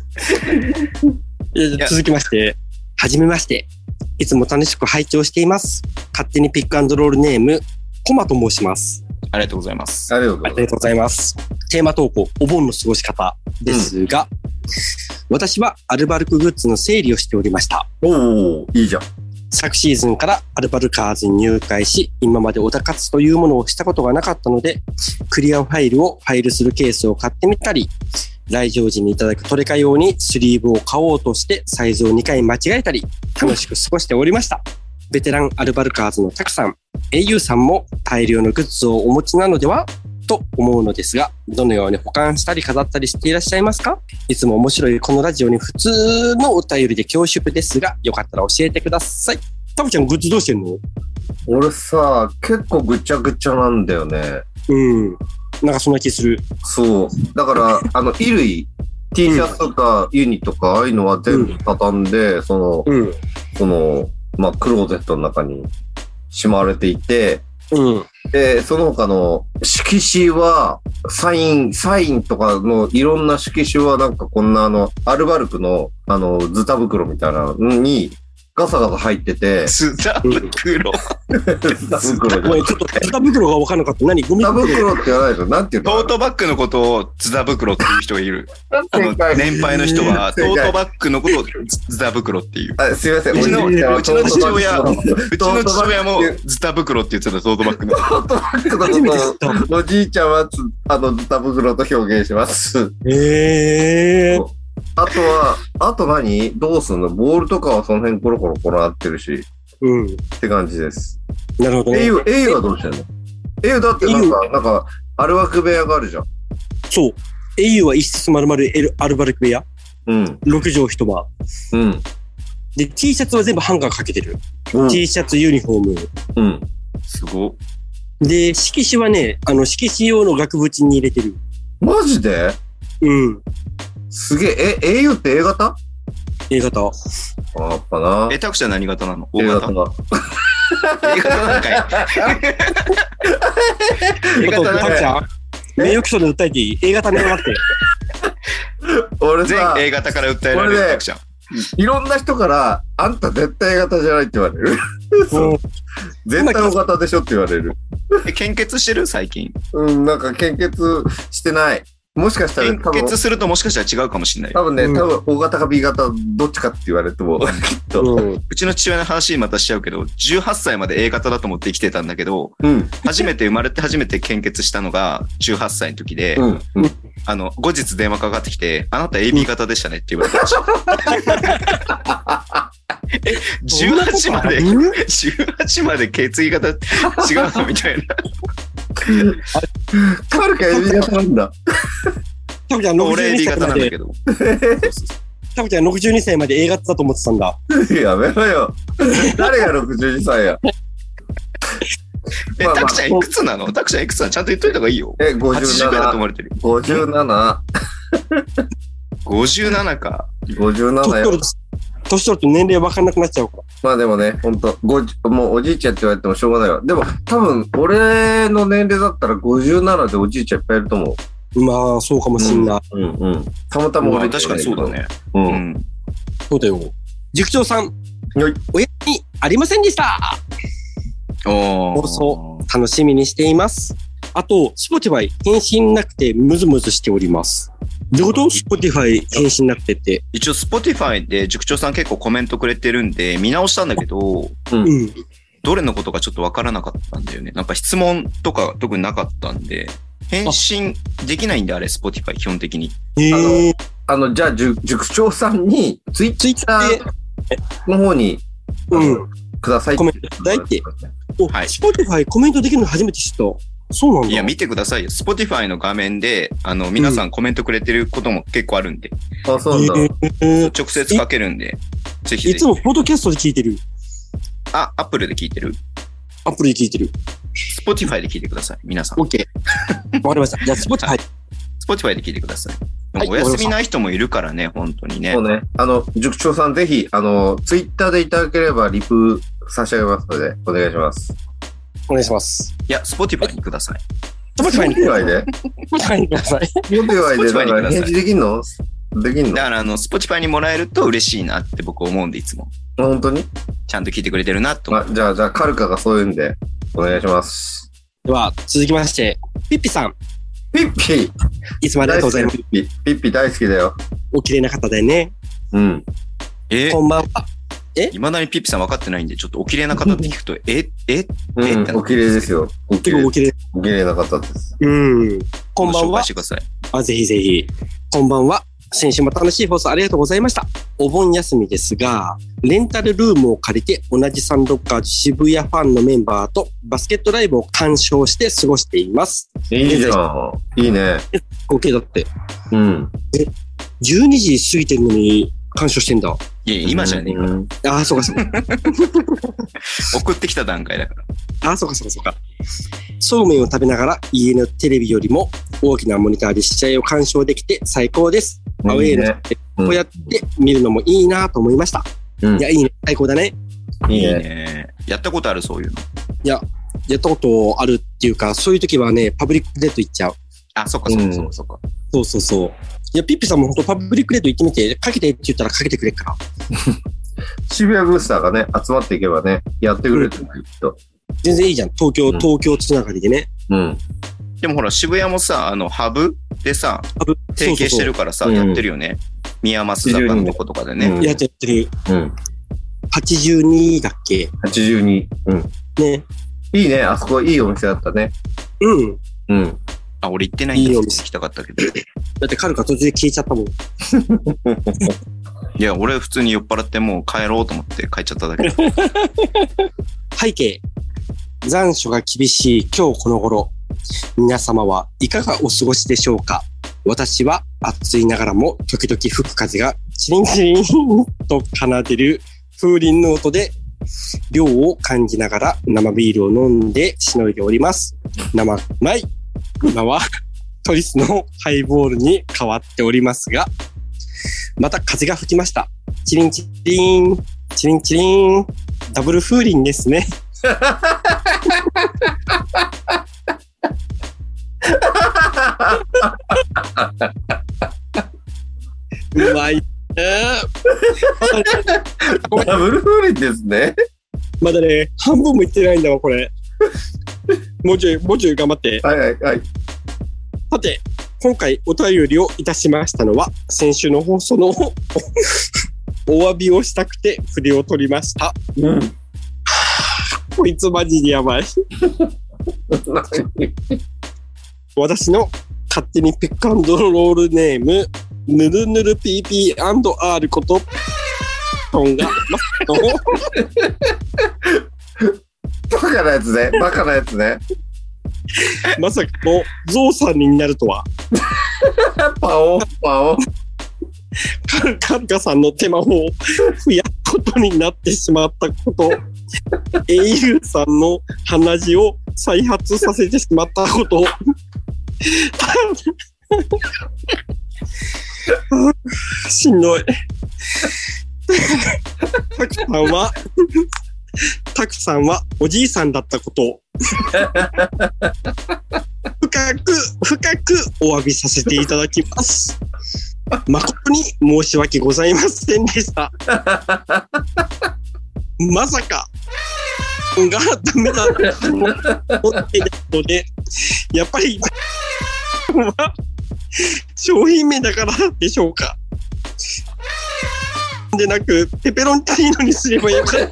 B: 続きまして、はじめまして。いつも楽しく拝聴しています。勝手にピック&ロールネーム、コマと申します。
D: ありがとうございます。
C: ありがとうございます。
B: テーマ投稿、お盆の過ごし方ですが、私はアルバルクグッズの整理をしておりました。
C: おー、いいじゃん。
B: 昨シーズンからアルバルカーズに入会し、今までオタ活というものをしたことがなかったので、クリアファイルをファイルするケースを買ってみたり、来場時にいただくトレカ用にスリーブを買おうとしてサイズを2回間違えたり、楽しく過ごしておりました。ベテランアルバルカーズのタクさん、au さんも大量のグッズをお持ちなのではと思うのですが、どのように保管したり飾ったりしていらっしゃいますか？いつも面白いこのラジオに普通のお便りで恐縮ですが、よかったら教えてください。タクちゃんグッズどうしてんの？
C: 俺さ、結構ぐちゃぐちゃなんだよね。
B: なんかそんな気する。
C: そう。だから、衣類、T シャツとかユニとか、ああいうのは全部畳んで、まあ、クローゼットの中にしまわれていて、で、その他の色紙は、サインとかのいろんな色紙はなんかこんなアルバルクのズタ袋みたいなのにガサガサ入ってて。
D: ズタ袋
B: ズタ袋。ごめん、ちょっとズタ袋が分からなかった。何？ゴミ
C: 袋？ズタ袋って言わないと、なんていうの？
D: トートバッグのことをズタ袋っていう人がいる。年配の人は、トートバッグのことをズタ袋っていう。
C: すいません。
D: うちの父親もズタ袋って言ってた、トートバッグの。
C: トートバッグのことを、おじいちゃんはズタ袋と表現します。あと何？どうすんの？ボールとかはその辺コロコロ転がってるし。って感じです。
B: なるほどね。
C: au はどうしてんの？ au だってなんか、アルバルク部屋があるじゃん。
B: そう。au は一室丸々アルバルク部屋。6畳一間。で、T シャツは全部ハンガーかけてる。T シャツ、ユニフォーム。
D: すご。
B: で、色紙はね、色紙用の額縁に入れてる。
C: マジで？すげえ。au って A 型？
B: A 型。
C: やっぱな。
D: タクちゃん何型なの？
C: A 型。
D: A 型なんかい。
B: A 型なんかい。名誉毀損で訴えていい？ A 型ね待って。
C: 俺さ、
D: 全 A 型から訴えられるタクちゃん。
C: いろんな人から、あんた絶対 A 型じゃないって言われる。絶対 O 型でしょって言われる。
D: 献血してる？最近。
C: なんか献血してない。もしかしたら
D: 献血するともしかしたら違うかもしれない。
C: 多分 O 型か B 型どっちかって言われてもきっと、
D: うちの父親の話またしちゃうけど、18歳まで A 型だと思って生きてたんだけど、生まれて初めて献血したのが18歳の時で、後日電話かかってきて、あなた AB 型でしたねって言われたらしい。18まで血液型違うのみたいな。
C: カルカ AB 型なんだ。
B: タクちゃん
D: 俺 AB 型なんだけど。
B: タクちゃん62歳まで A 型だと思ってたんだ。
C: やめろよ。誰が62歳や。
D: タクちゃんいくつなの？タクちゃんいくつなの？ちゃんと言っといた方がいいよ。
C: 57。
D: 80ぐらいだと思われてる。
C: 57。
D: 57か。
C: 57や。
B: 年取ると年齢分かんなくなっちゃうから。
C: まあでもね、ほんと、もうおじいちゃんって言われてもしょうがないわ。でも多分、俺の年齢だったら57でおじいちゃんいっぱいいると思う。
B: まあ、そうかもしんない。
C: たまたま
D: 俺確かにそうだね。
B: そうだよ。塾長さん、お休みありませんでした。放送楽しみにしています。あと、Spotify 返信なくてムズムズしております。どういうこと？ Spotify 返信なくてって。
D: 一応 Spotify で塾長さん結構コメントくれてるんで見直したんだけど、どれのことかちょっとわからなかったんだよね。なんか質問とか特になかったんで、返信できないんであれ、Spotify 基本的に。
C: じゃあ塾長さんにTwitter の方に、くださいって。
B: コメントくださいって。はい。Spotify コメントできるの初めて知った。そうなんだ。
D: いや、見てくださいよ。Spotify の画面で、皆さんコメントくれてることも結構あるんで。
C: あ、そうなんだ。
D: 直接書けるんで、ぜひぜひ。
B: いつもポッドキャストで聞いてる。
D: あ、Apple で聞いてる？
B: Apple で聞いてる。
D: Spotify で聞いてください、皆さん。
B: OK。わかりました。じゃあ、
D: Spotify で聞いてください。お休みない人もいるからね、本当にね。
C: そうね。塾長さんぜひ、Twitter でいただければリプ差し上げますので、お願いします。
B: お願いします。
D: いや、Spotify にください。
C: Spotify で
B: Spotify にください。
C: Spotify でなんか返事できんの？できんの？
D: だから、Spotify にもらえると嬉しいなって僕思うんで、いつも。
C: 本当に？
D: ちゃんと聞いてくれてるなと思う。
C: じゃあ、カルカがそういうんで、お願いします。
B: では、続きまして、ピッピさん。
C: ピッピ
B: いつもありがとうございます。
C: ピッピ大好きだよ。
B: お綺麗な方だよね。
C: うん。
B: こんばんは。
D: 未だにピッピさん分かってないんで、ちょっとお綺麗な方って聞くと、って
C: お綺麗ですよ。
B: お綺
C: 麗な方です。
B: こんばんは。
D: 紹介してください。
B: ぜひぜひ。こんばんは。先週も楽しい放送ありがとうございました。お盆休みですが、レンタルルームを借りて同じサンロッカーズ渋谷ファンのメンバーとバスケットライブを鑑賞して過ごしています。
C: いいじゃん。いいね。
B: OK だって。12時過ぎてるのに鑑賞してんだ。
D: いや、今じゃねえか。
B: そうかそうか。
D: 送ってきた段階だから。
B: そうかそうか。そうめんを食べながら家のテレビよりも大きなモニターで試合を鑑賞できて最高です。アウェーのこうやって見るのもいいなと思いました。いや、いいね。最高だね。
C: いいね。
D: やったことある、そういうの？
B: いや、やったことあるっていうか、そういう時はね、パブリックデート行っちゃう。
D: そっか。
B: そう。いや、ピッピさんも本当パブリックデート行ってみて、かけてって言ったらかけてくれっから。
C: 渋谷ブースターがね、集まっていけばね、やってくれるきっと。
B: 全然いいじゃん。東京つながりでね。
D: でもほら、渋谷もさ、ハブでさ、提携してるからさ、やってるよね。宮益坂のとことかでね。
B: やってる。82だっけ？
C: 82。
B: ね。
C: いいね。あそこいいお店だったね。
D: 俺行ってないんだ。行きたかったけど。
B: だってカルカ途中で消えちゃったもん。
D: いや、俺普通に酔っ払ってもう帰ろうと思って帰っちゃっただけ。
B: 背景。残暑が厳しい今日この頃。皆様はいかがお過ごしでしょうか？私は暑いながらも時々吹く風がチリンチリンと奏でる風鈴の音で涼を感じながら生ビールを飲んでしのいでおります。生うまい。今はトリスのハイボールに変わっておりますが、また風が吹きました。チリンチリン、チリンチリン、ダブル風鈴ですね。うまい。
C: ダブル風鈴ですね。
B: まだね、半分もいってないんだわ、これ。もうちょい頑張って。
C: はい。
B: さて、今回お便りをいたしましたのは、先週の放送のお詫びをしたくて筆を取りました。こいつマジでやばい。私の勝手にペック&ロールネーム、ぬるぬる PP&R こと、トンが
C: バカなやつね。
B: まさかのゾウさんになるとは。
C: パオ。
B: カルカさんの手間を増やすことになってしまったこと。英雄さんの鼻血を再発させてしまったこと。しんどい。 タクさんはおじいさんだったことを深くお詫びさせていただきます。誠に申し訳ございませんでした。まさかがダメだと思っているので、やっぱりは商品名だからでしょうか。でなくペペロンチーノにすればよかった。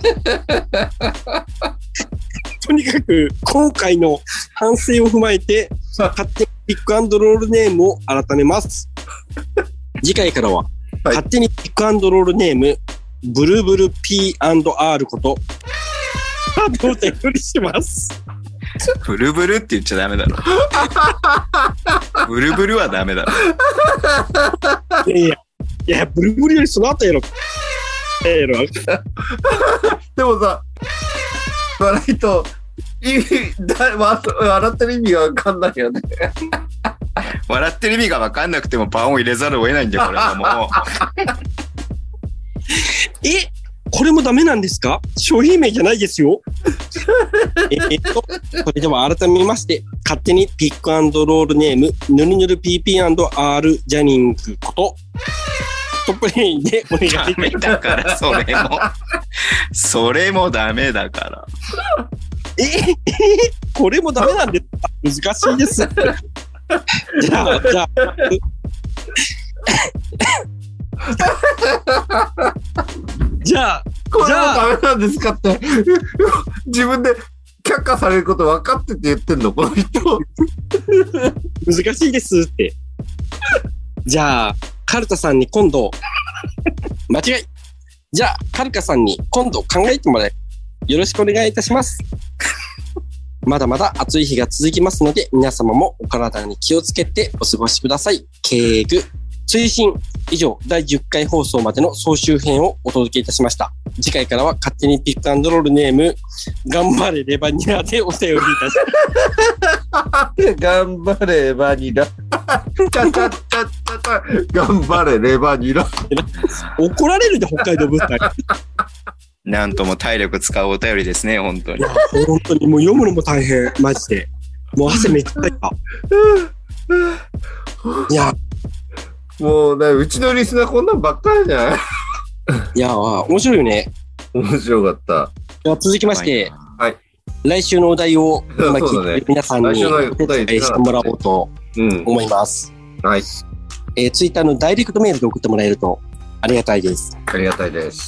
B: とにかく今回の反省を踏まえて勝手にピックアンドロールネームを改めます。次回からは、勝手にピックアンドロールネームブルブル P&R ことお便りします。
D: ブルブルって言っちゃダメだろ。ブルブルはダメだろ。
B: いやブルブルよりその後やろ。
C: でもさ、笑いと笑ってる意味が分かんないよね。
D: 笑ってる意味が分かんなくてもパンを入れざるを得ないんだよ、これはもう。
B: これもダメなんですか？商品名じゃないですよ。それでは改めまして、勝手にピックアンドロールネーム、ぬるぬる PP&R ジャニングこと、トップレインでお願いします。
D: ダメだから、それもダメだから。
B: これもダメなんですか？難しいです。じゃあ。
C: これもダメなんですかって自分で却下されること分かってて言ってんのこの人。
B: 難しいですって。じゃあカルタさんに今度間違い。じゃあカルカさんに今度考えてもらえよろしくお願いいたします。まだまだ暑い日が続きますので皆様もお体に気をつけてお過ごしください。敬具追伸以上第10回放送までの総集編をお届けいたしました。次回からは勝手にピックアンドロールネーム頑張れレバニラでお便りいたします。
C: 頑張れレバニラ。頑張れレバニラ。
B: 怒られるで北海道物体。
D: なんとも体力使うお便りですね、本当に。
B: 本当にもう読むのも大変、マジで。もう汗めっちゃかいた。いや。
C: もうね、うちのリスナーこんなんばっかりじゃない？
B: いや、面白いよね。
C: 面白かった。
B: では続きまして、
C: はい。
B: 来週のお題を今聞いている皆さんにお伝えしてもらおうと思います。
C: はい。
B: ツイッターのダイレクトメールで送ってもらえるとありがたいです。
C: ありがたいです。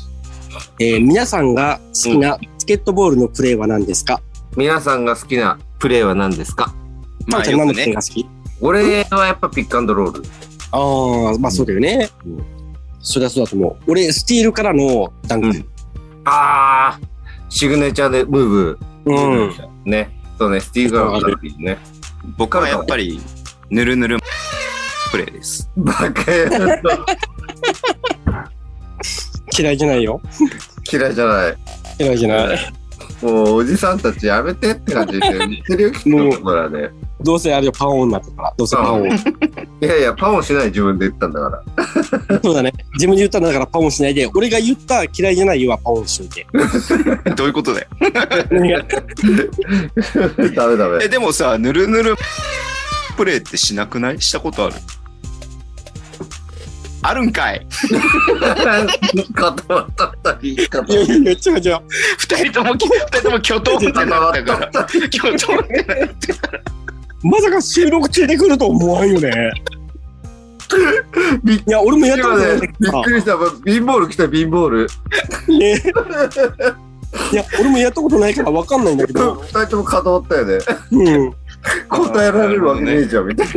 B: 皆さんが好きなバスケットボールのプレーは何ですか？
C: 皆さんが好きなプレーは何ですか？
B: まあ、何のプレーが好き？
C: 俺はやっぱピックアンドロール。
B: ああ、まあそうだよね。そりゃそうだと思う。俺、スティールからのダンク。
C: ああ、シグネチャーでムーブ。ね。そうね、スティールからのダンクね。
D: 僕はやっぱり、ぬるぬるプレーです。
C: バカやろ。
B: 嫌いじゃないよ。
C: 嫌いじゃない。
B: 嫌いじゃない。
C: もうおじさんたちやめてって感じで言ってるよ、きっとこれね。
B: どうせあれよパオンになったから。どうせパオン。
C: いやいや、パオンしない。自分で言ったんだから。
B: そうだね。自分で言ったんだからパオンしないで、俺が言った嫌いじゃないよはパオンしといて。
D: どういうことだよ。
C: ダメダメ。
D: でもさ、ぬるぬるプレイってしなくない？したことある？あるんかい。
C: 言い方はたった言い方。
B: いや、違う。
D: 二人ともキョトンってなったから。キョトンってなったから。
B: まさか収録中で来ると思わんよね。いや、俺もやったことない。びっ
C: くりした。ビンボール来た、ビンボール。
B: ね。いや、俺もやったことないから分かんないんだけど。
C: 二人とも固まったよね。
B: うん。
C: 答えられるわけねえじゃん、みたい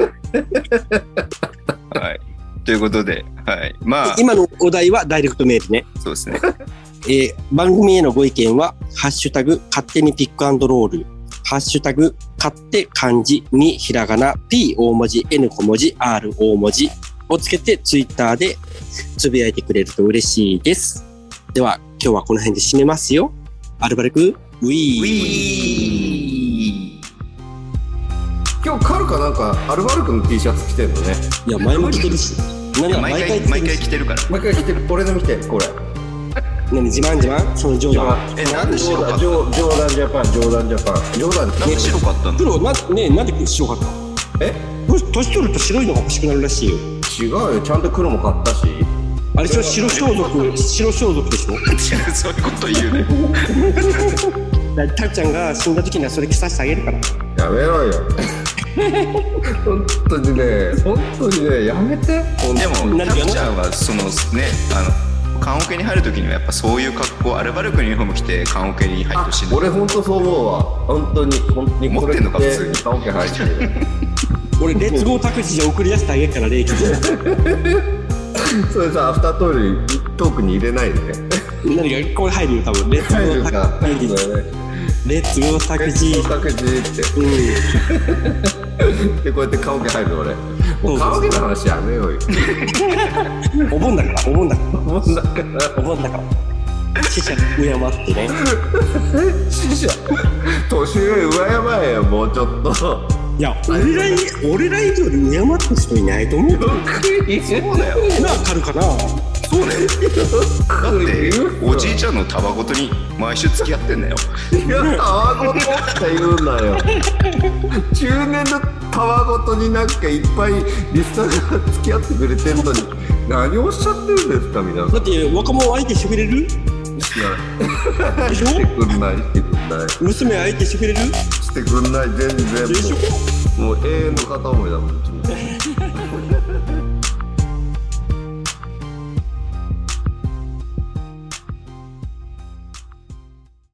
D: な。はい。ということで、はい。まあ。
B: 今のお題はダイレクトメールね。
D: そうですね。
B: 番組へのご意見は、ハッシュタグ、勝手にピックアンドロール。ハッシュタグ、勝手漢字にひらがな、P 大文字、N 小文字、R 大文字をつけてツイッターでつぶやいてくれると嬉しいです。では、今日はこの辺で締めますよ。アルバルク、ウィー。
C: 今日カルカなんかアルバルクの T シャツ着てんのね。
B: いや、前も着てるし。
D: 毎回着てるから。
C: 毎回着てる。俺の見て、これ。
B: 何自慢そのジョーダン。
D: なんで白かったの？
C: ジョーダンジャパン。ジョーダン
D: なんで白かったの？
B: 黒なんで白かったの？年取ると白いのが欲しくなるらしいよ。
C: 違うよ、ちゃんと黒も買ったし。
B: あれ白装束でしょ？
D: そういうこと言う
B: ね。たっちゃんが死んだ時にはそれ着させてあげるから。
C: やめろよ。本当にね、やめて。
D: でもたっちゃんはそのね、棺桶に入る時にはやっぱそういう格好、アルバルクのユニフォーム着て棺桶に入ってほしい。
C: 俺本当そう思うわ。本当に
D: 持ってんのか普通に
C: 棺桶入ってる。
B: 俺レッツゴータクシーで送り出してあげるから礼儀で。
C: それさ、アフタートークに入れないで。
B: 何がこれ入るよ多分。レッツゴータクシー。レッツゴータクシーって。でこうやって棺桶入るの俺。もう棺桶の話やめようよ。 お盆だから。死者敬ってね。
C: 死者年上敬えよ、もうちょっと。
B: いや、俺ら以上に敬った人いないと思う。
D: そうだよ
B: なあ、カルかな。
D: そうだよ。だっておじいちゃんのタバコとに毎週付き合ってんだよ。
C: いや、タバコとって言うなよ。中年のタバコとになんかいっぱいリスナーが付き合ってくれてんのに何をおっしゃってるんですか皆さん。
B: だって若者相手してくれる？
C: してくんない。
B: 娘相手してくれる？
C: してくんない、全然。もう永遠の片思いだもん。